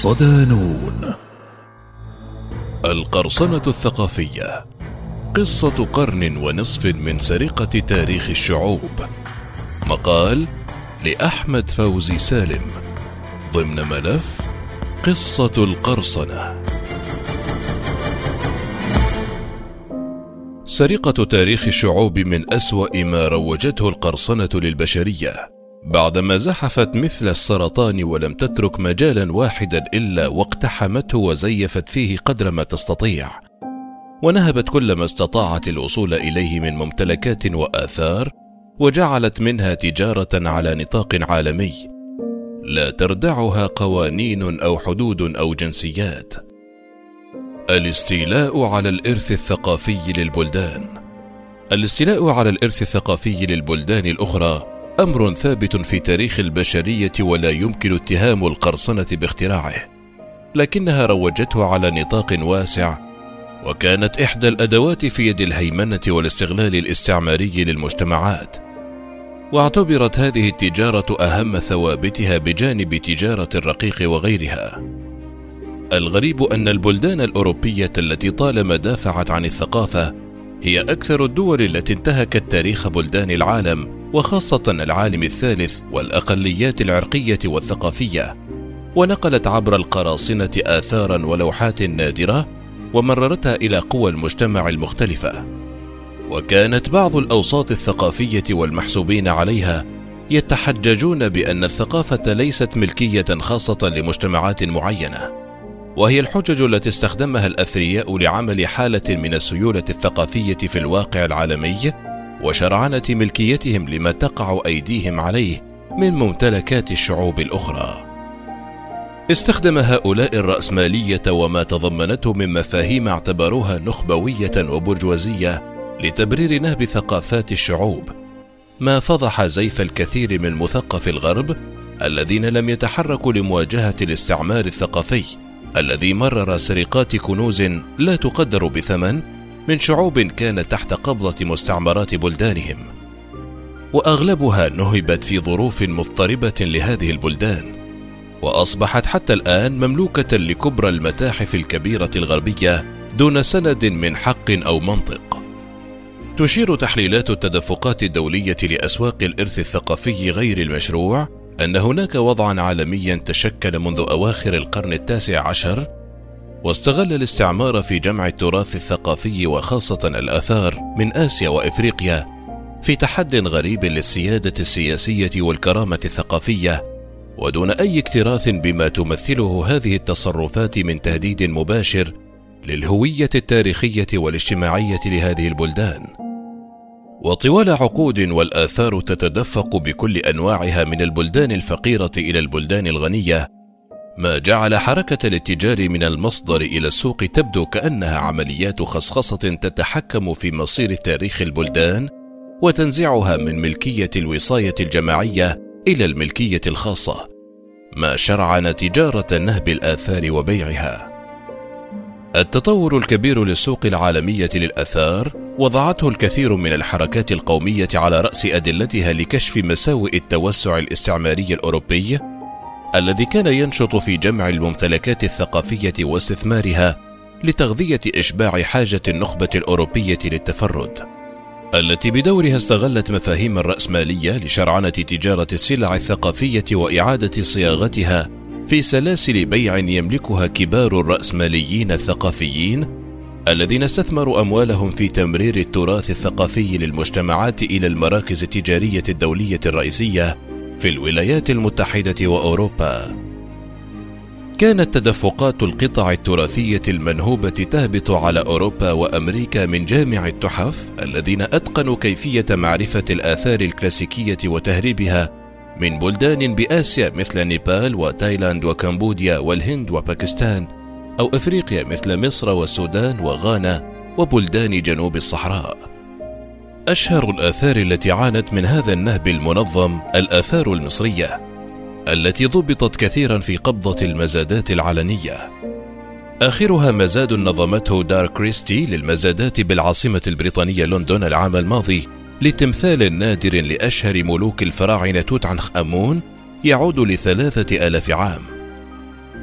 صدانون. القرصنة الثقافية، قصة قرن ونصف من سرقة تاريخ الشعوب. مقال لأحمد فوزي سالم ضمن ملف قصة القرصنة. سرقة تاريخ الشعوب من أسوأ ما روجته القرصنة للبشرية، بعدما زحفت مثل السرطان ولم تترك مجالا واحدا إلا واقتحمته وزيفت فيه قدر ما تستطيع، ونهبت كل ما استطاعت الوصول إليه من ممتلكات وآثار، وجعلت منها تجارة على نطاق عالمي لا تردعها قوانين أو حدود أو جنسيات. الاستيلاء على الإرث الثقافي للبلدان. الاستيلاء على الإرث الثقافي للبلدان الأخرى أمر ثابت في تاريخ البشرية، ولا يمكن اتهام القرصنة باختراعه، لكنها روجته على نطاق واسع، وكانت إحدى الأدوات في يد الهيمنة والاستغلال الاستعماري للمجتمعات. واعتبرت هذه التجارة أهم ثوابتها بجانب تجارة الرقيق وغيرها. الغريب أن البلدان الأوروبية التي طالما دافعت عن الثقافة هي أكثر الدول التي انتهكت تاريخ بلدان العالم، وخاصة العالم الثالث والأقليات العرقية والثقافية، ونقلت عبر القراصنة آثارا ولوحات نادرة ومررتها إلى قوى المجتمع المختلفة. وكانت بعض الأوساط الثقافية والمحسوبين عليها يتحججون بأن الثقافة ليست ملكية خاصة لمجتمعات معينة، وهي الحجج التي استخدمها الأثرياء لعمل حالة من السيولة الثقافية في الواقع العالمي وشرعنة ملكيتهم لما تقع أيديهم عليه من ممتلكات الشعوب الأخرى. استخدم هؤلاء الرأسمالية وما تضمنته من مفاهيم اعتبروها نخبوية وبرجوازية لتبرير نهب ثقافات الشعوب، ما فضح زيف الكثير من مثقفي الغرب الذين لم يتحركوا لمواجهة الاستعمار الثقافي الذي مرر سرقات كنوز لا تقدر بثمن من شعوب كانت تحت قبضة مستعمرات بلدانهم، وأغلبها نهبت في ظروف مضطربة لهذه البلدان، وأصبحت حتى الآن مملوكة لكبرى المتاحف الكبيرة الغربية دون سند من حق أو منطق. تشير تحليلات التدفقات الدولية لأسواق الإرث الثقافي غير المشروع أن هناك وضعا عالميا تشكل منذ أواخر القرن التاسع عشر، واستغل الاستعمار في جمع التراث الثقافي وخاصة الآثار من آسيا وإفريقيا في تحد غريب للسيادة السياسية والكرامة الثقافية، ودون أي اكتراث بما تمثله هذه التصرفات من تهديد مباشر للهوية التاريخية والاجتماعية لهذه البلدان. وطوال عقود والآثار تتدفق بكل أنواعها من البلدان الفقيرة إلى البلدان الغنية، ما جعل حركة الاتجار من المصدر إلى السوق تبدو كأنها عمليات خصخصة تتحكم في مصير تاريخ البلدان وتنزعها من ملكية الوصاية الجماعية إلى الملكية الخاصة، ما شرعن تجارة نهب الآثار وبيعها. التطور الكبير للسوق العالمية للآثار وضعته الكثير من الحركات القومية على رأس أدلتها لكشف مساوئ التوسع الاستعماري الأوروبي الذي كان ينشط في جمع الممتلكات الثقافية واستثمارها لتغذية إشباع حاجة النخبة الأوروبية للتفرد، التي بدورها استغلت مفاهيم الرأسمالية لشرعنة تجارة السلع الثقافية وإعادة صياغتها في سلاسل بيع يملكها كبار الرأسماليين الثقافيين الذين استثمروا أموالهم في تمرير التراث الثقافي للمجتمعات إلى المراكز التجارية الدولية الرئيسية في الولايات المتحدة وأوروبا. كانت تدفقات القطع التراثية المنهوبة تهبط على أوروبا وأمريكا من جامع التحف الذين أتقنوا كيفية معرفة الآثار الكلاسيكية وتهريبها من بلدان بآسيا مثل نيبال وتايلاند وكمبوديا والهند وباكستان، أو أفريقيا مثل مصر والسودان وغانا وبلدان جنوب الصحراء. أشهر الآثار التي عانت من هذا النهب المنظم الآثار المصرية التي ضبطت كثيرا في قبضة المزادات العلنية، آخرها مزاد نظمته دار كريستي للمزادات بالعاصمة البريطانية لندن العام الماضي لتمثال نادر لأشهر ملوك الفراعنة توت عنخ آمون يعود ل3000 عام.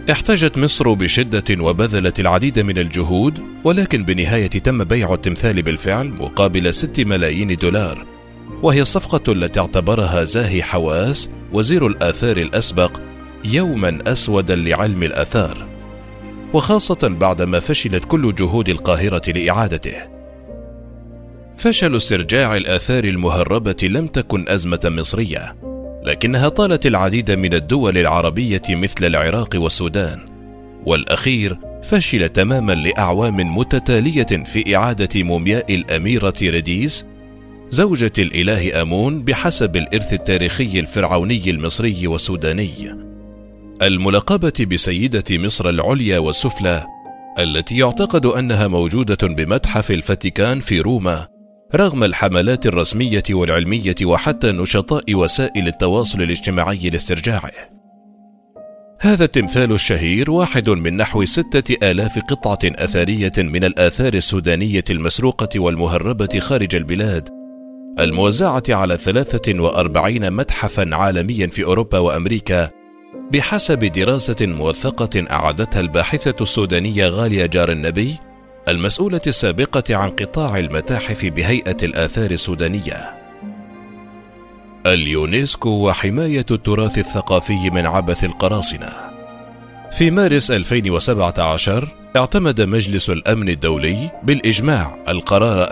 احتجت مصر بشدة وبذلت العديد من الجهود، ولكن بالنهاية تم بيع التمثال بالفعل مقابل 6 ملايين دولار، وهي الصفقة التي اعتبرها زاهي حواس وزير الآثار الأسبق يوما أسودا لعلم الآثار، وخاصة بعدما فشلت كل جهود القاهرة لإعادته. فشل استرجاع الآثار المهربة لم تكن أزمة مصرية، لكنها طالت العديد من الدول العربية مثل العراق والسودان، والأخير فشل تماما لأعوام متتالية في إعادة مومياء الأميرة ريديس زوجة الإله آمون بحسب الإرث التاريخي الفرعوني المصري والسوداني، الملقبة بسيدة مصر العليا والسفلى، التي يعتقد أنها موجودة بمتحف الفاتيكان في روما رغم الحملات الرسمية والعلمية وحتى نشطاء وسائل التواصل الاجتماعي لاسترجاعه. هذا التمثال الشهير واحد من نحو 6000 قطعة أثرية من الآثار السودانية المسروقة والمهربة خارج البلاد، الموزعة على 43 متحفا عالميا في أوروبا وأمريكا، بحسب دراسة موثقة أعدتها الباحثة السودانية غالية جار النبي المسؤولة السابقة عن قطاع المتاحف بهيئة الآثار السودانية. اليونسكو وحماية التراث الثقافي من عبث القراصنة. في مارس 2017 اعتمد مجلس الأمن الدولي بالإجماع القرار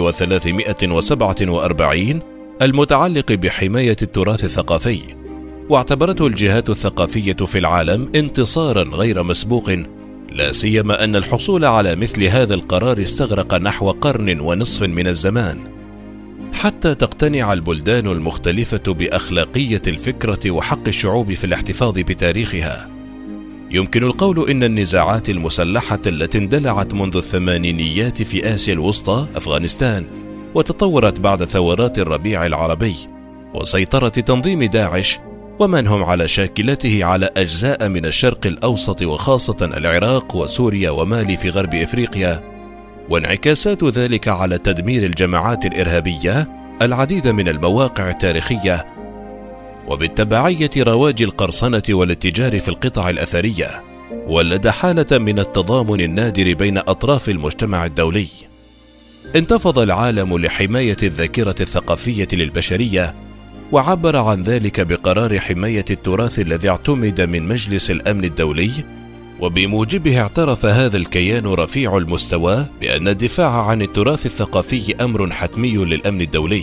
2347 المتعلق بحماية التراث الثقافي، واعتبرته الجهات الثقافية في العالم انتصارا غير مسبوق، لا سيما أن الحصول على مثل هذا القرار استغرق نحو قرن ونصف من الزمان حتى تقتنع البلدان المختلفة بأخلاقية الفكرة وحق الشعوب في الاحتفاظ بتاريخها. يمكن القول إن النزاعات المسلحة التي اندلعت منذ الثمانينيات في آسيا الوسطى أفغانستان، وتطورت بعد ثورات الربيع العربي وسيطرة تنظيم داعش ومن هم على شاكلته على أجزاء من الشرق الأوسط وخاصة العراق وسوريا ومالي في غرب إفريقيا، وانعكاسات ذلك على تدمير الجماعات الإرهابية العديد من المواقع التاريخية، وبالتبعية رواج القرصنة والاتجار في القطع الأثرية، ولد حالة من التضامن النادر بين أطراف المجتمع الدولي. انتفض العالم لحماية الذاكرة الثقافية للبشرية، وعبر عن ذلك بقرار حماية التراث الذي اعتمد من مجلس الأمن الدولي، وبموجبه اعترف هذا الكيان رفيع المستوى بأن الدفاع عن التراث الثقافي أمر حتمي للأمن الدولي.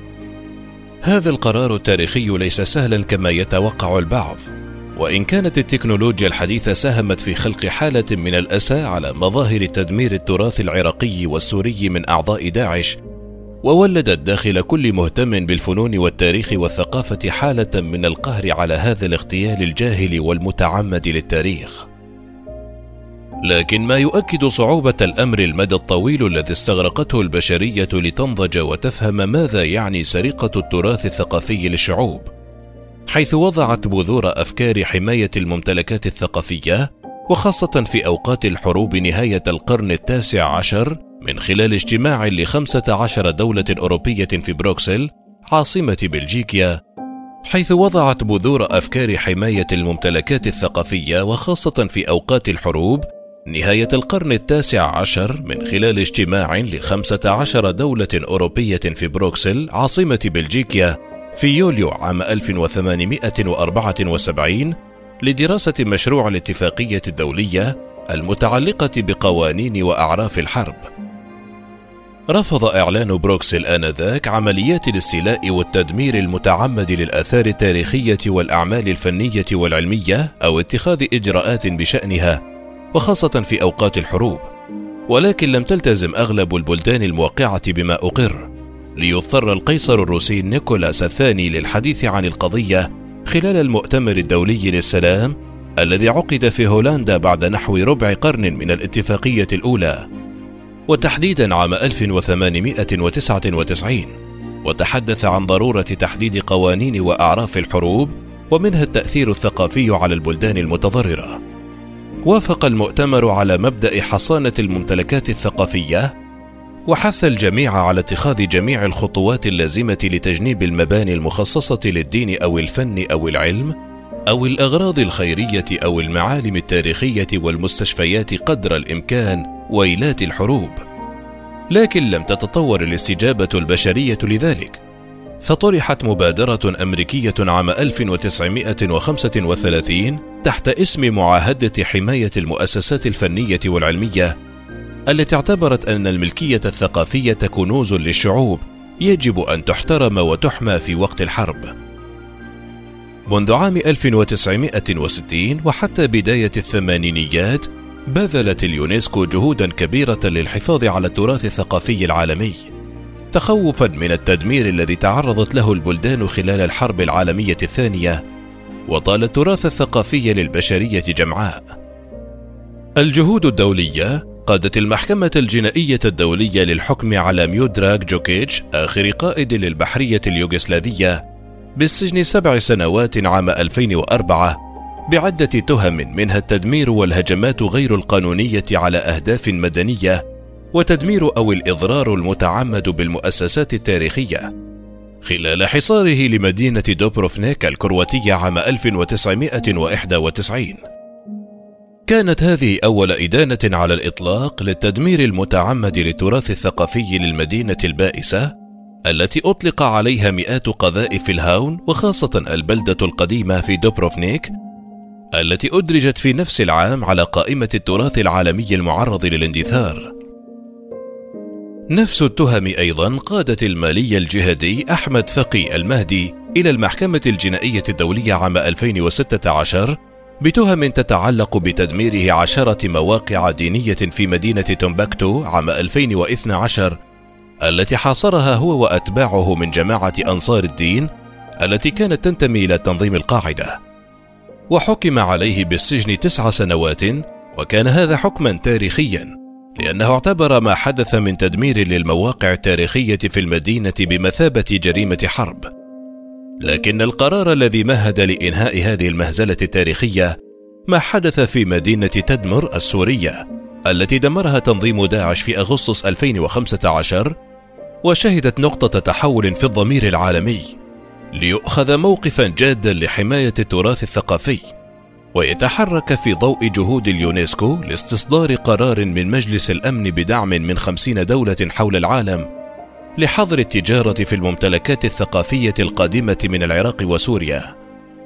هذا القرار التاريخي ليس سهلا كما يتوقع البعض، وإن كانت التكنولوجيا الحديثة ساهمت في خلق حالة من الأسى على مظاهر تدمير التراث العراقي والسوري من أعضاء داعش، وولدت داخل كل مهتم بالفنون والتاريخ والثقافة حالة من القهر على هذا الاغتيال الجاهل والمتعمد للتاريخ. لكن ما يؤكد صعوبة الأمر المدى الطويل الذي استغرقته البشرية لتنضج وتفهم ماذا يعني سرقة التراث الثقافي للشعوب، حيث وضعت بذور أفكار حماية الممتلكات الثقافية، وخاصة في أوقات الحروب نهاية القرن 19 من خلال اجتماع ل15 دولة أوروبية في بروكسل عاصمة بلجيكا، حيث وضعت بذور أفكار حماية الممتلكات الثقافية وخاصة في أوقات الحروب نهاية القرن 19 من خلال اجتماع ل15 دولة أوروبية في بروكسل عاصمة بلجيكا في يوليو عام 1874 لدراسة مشروع الاتفاقية الدولية المتعلقة بقوانين وأعراف الحرب. رفض إعلان بروكسل آنذاك عمليات الاستيلاء والتدمير المتعمد للآثار التاريخية والأعمال الفنية والعلمية أو اتخاذ إجراءات بشأنها، وخاصة في أوقات الحروب، ولكن لم تلتزم أغلب البلدان الموقعة بما أقر، ليضطر القيصر الروسي نيكولاس الثاني للحديث عن القضية خلال المؤتمر الدولي للسلام الذي عقد في هولندا بعد نحو ربع قرن من الاتفاقية الأولى، وتحديدا عام 1899، وتحدث عن ضرورة تحديد قوانين وأعراف الحروب ومنها التأثير الثقافي على البلدان المتضررة. وافق المؤتمر على مبدأ حصانة الممتلكات الثقافية، وحث الجميع على اتخاذ جميع الخطوات اللازمة لتجنيب المباني المخصصة للدين أو الفن أو العلم، أو الأغراض الخيرية أو المعالم التاريخية والمستشفيات قدر الإمكان ويلات الحروب. لكن لم تتطور الاستجابة البشرية لذلك، فطرحت مبادرة أمريكية عام 1935 تحت اسم معاهدة حماية المؤسسات الفنية والعلمية، التي اعتبرت أن الملكية الثقافية كنوز للشعوب يجب أن تحترم وتحمى في وقت الحرب. منذ عام 1960 وحتى بداية الثمانينيات بذلت اليونسكو جهودا كبيرة للحفاظ على التراث الثقافي العالمي، تخوفا من التدمير الذي تعرضت له البلدان خلال الحرب العالمية الثانية، وطال التراث الثقافي للبشرية جمعاء. الجهود الدولية قادت المحكمة الجنائية الدولية للحكم على ميودراغ جوكيتش، آخر قائد للبحرية اليوغسلافية، بالسجن 7 سنوات عام 2004 بعدة تهم، منها التدمير والهجمات غير القانونية على أهداف مدنية، وتدمير أو الإضرار المتعمد بالمؤسسات التاريخية، خلال حصاره لمدينة دوبروفنيك الكرواتية عام 1991. كانت هذه أول إدانة على الإطلاق للتدمير المتعمد للتراث الثقافي للمدينة البائسة، التي أطلق عليها مئات قذائف الهاون، وخاصة البلدة القديمة في دوبروفنيك التي أدرجت في نفس العام على قائمة التراث العالمي المعرض للاندثار. نفس التهم أيضا قادت المالي الجهادي أحمد فقي المهدي إلى المحكمة الجنائية الدولية عام 2016 بتهم تتعلق بتدميره 10 مواقع دينية في مدينة تومباكتو عام 2012 التي حاصرها هو وأتباعه من جماعة أنصار الدين التي كانت تنتمي إلى تنظيم القاعدة، وحكم عليه بالسجن 9 سنوات. وكان هذا حكما تاريخيا، لأنه اعتبر ما حدث من تدمير للمواقع التاريخية في المدينة بمثابة جريمة حرب. لكن القرار الذي مهد لإنهاء هذه المهزلة التاريخية ما حدث في مدينة تدمر السورية التي دمرها تنظيم داعش في أغسطس 2015، وشهدت نقطة تحول في الضمير العالمي ليؤخذ موقفا جادا لحماية التراث الثقافي، ويتحرك في ضوء جهود اليونسكو لاستصدار قرار من مجلس الأمن بدعم من 50 دولة حول العالم لحظر التجارة في الممتلكات الثقافية القادمة من العراق وسوريا.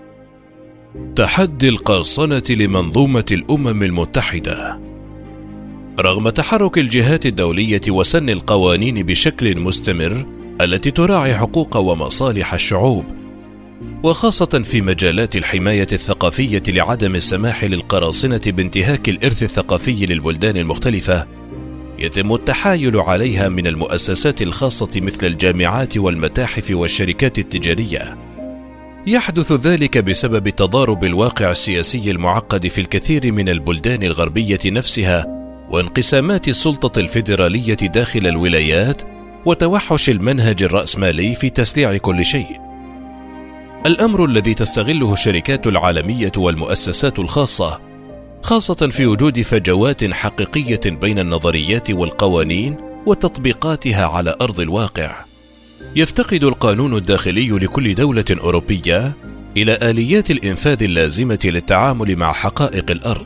تحدي القرصنة لمنظومة الأمم المتحدة. رغم تحرك الجهات الدولية وسن القوانين بشكل مستمر التي تراعي حقوق ومصالح الشعوب، وخاصة في مجالات الحماية الثقافية لعدم السماح للقراصنة بانتهاك الإرث الثقافي للبلدان المختلفة، يتم التحايل عليها من المؤسسات الخاصة مثل الجامعات والمتاحف والشركات التجارية. يحدث ذلك بسبب تضارب الواقع السياسي المعقد في الكثير من البلدان الغربية نفسها، وانقسامات السلطة الفيدرالية داخل الولايات، وتوحش المنهج الرأسمالي في تسليع كل شيء. الأمر الذي تستغله الشركات العالمية والمؤسسات الخاصة، خاصة في وجود فجوات حقيقية بين النظريات والقوانين وتطبيقاتها على أرض الواقع. يفتقد القانون الداخلي لكل دولة أوروبية إلى آليات الإنفاذ اللازمة للتعامل مع حقائق الأرض،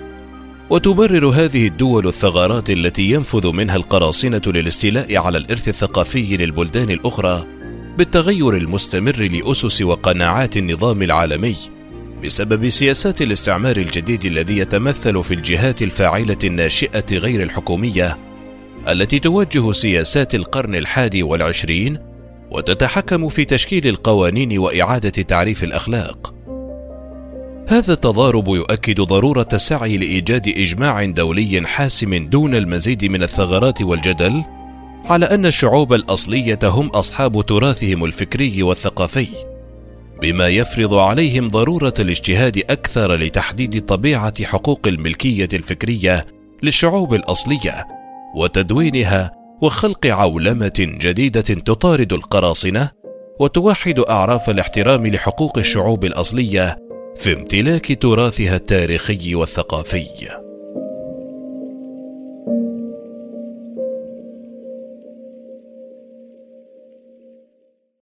وتبرر هذه الدول الثغرات التي ينفذ منها القراصنة للاستيلاء على الإرث الثقافي للبلدان الأخرى بالتغير المستمر لأسس وقناعات النظام العالمي، بسبب سياسات الاستعمار الجديد الذي يتمثل في الجهات الفاعلة الناشئة غير الحكومية التي توجه سياسات القرن 21 وتتحكم في تشكيل القوانين وإعادة تعريف الأخلاق. هذا التضارب يؤكد ضرورة السعي لإيجاد إجماع دولي حاسم دون المزيد من الثغرات والجدل على أن الشعوب الأصلية هم أصحاب تراثهم الفكري والثقافي، بما يفرض عليهم ضرورة الاجتهاد أكثر لتحديد طبيعة حقوق الملكية الفكرية للشعوب الأصلية وتدوينها، وخلق عولمة جديدة تطارد القراصنة وتوحد أعراف الاحترام لحقوق الشعوب الأصلية في امتلاك تراثها التاريخي والثقافي.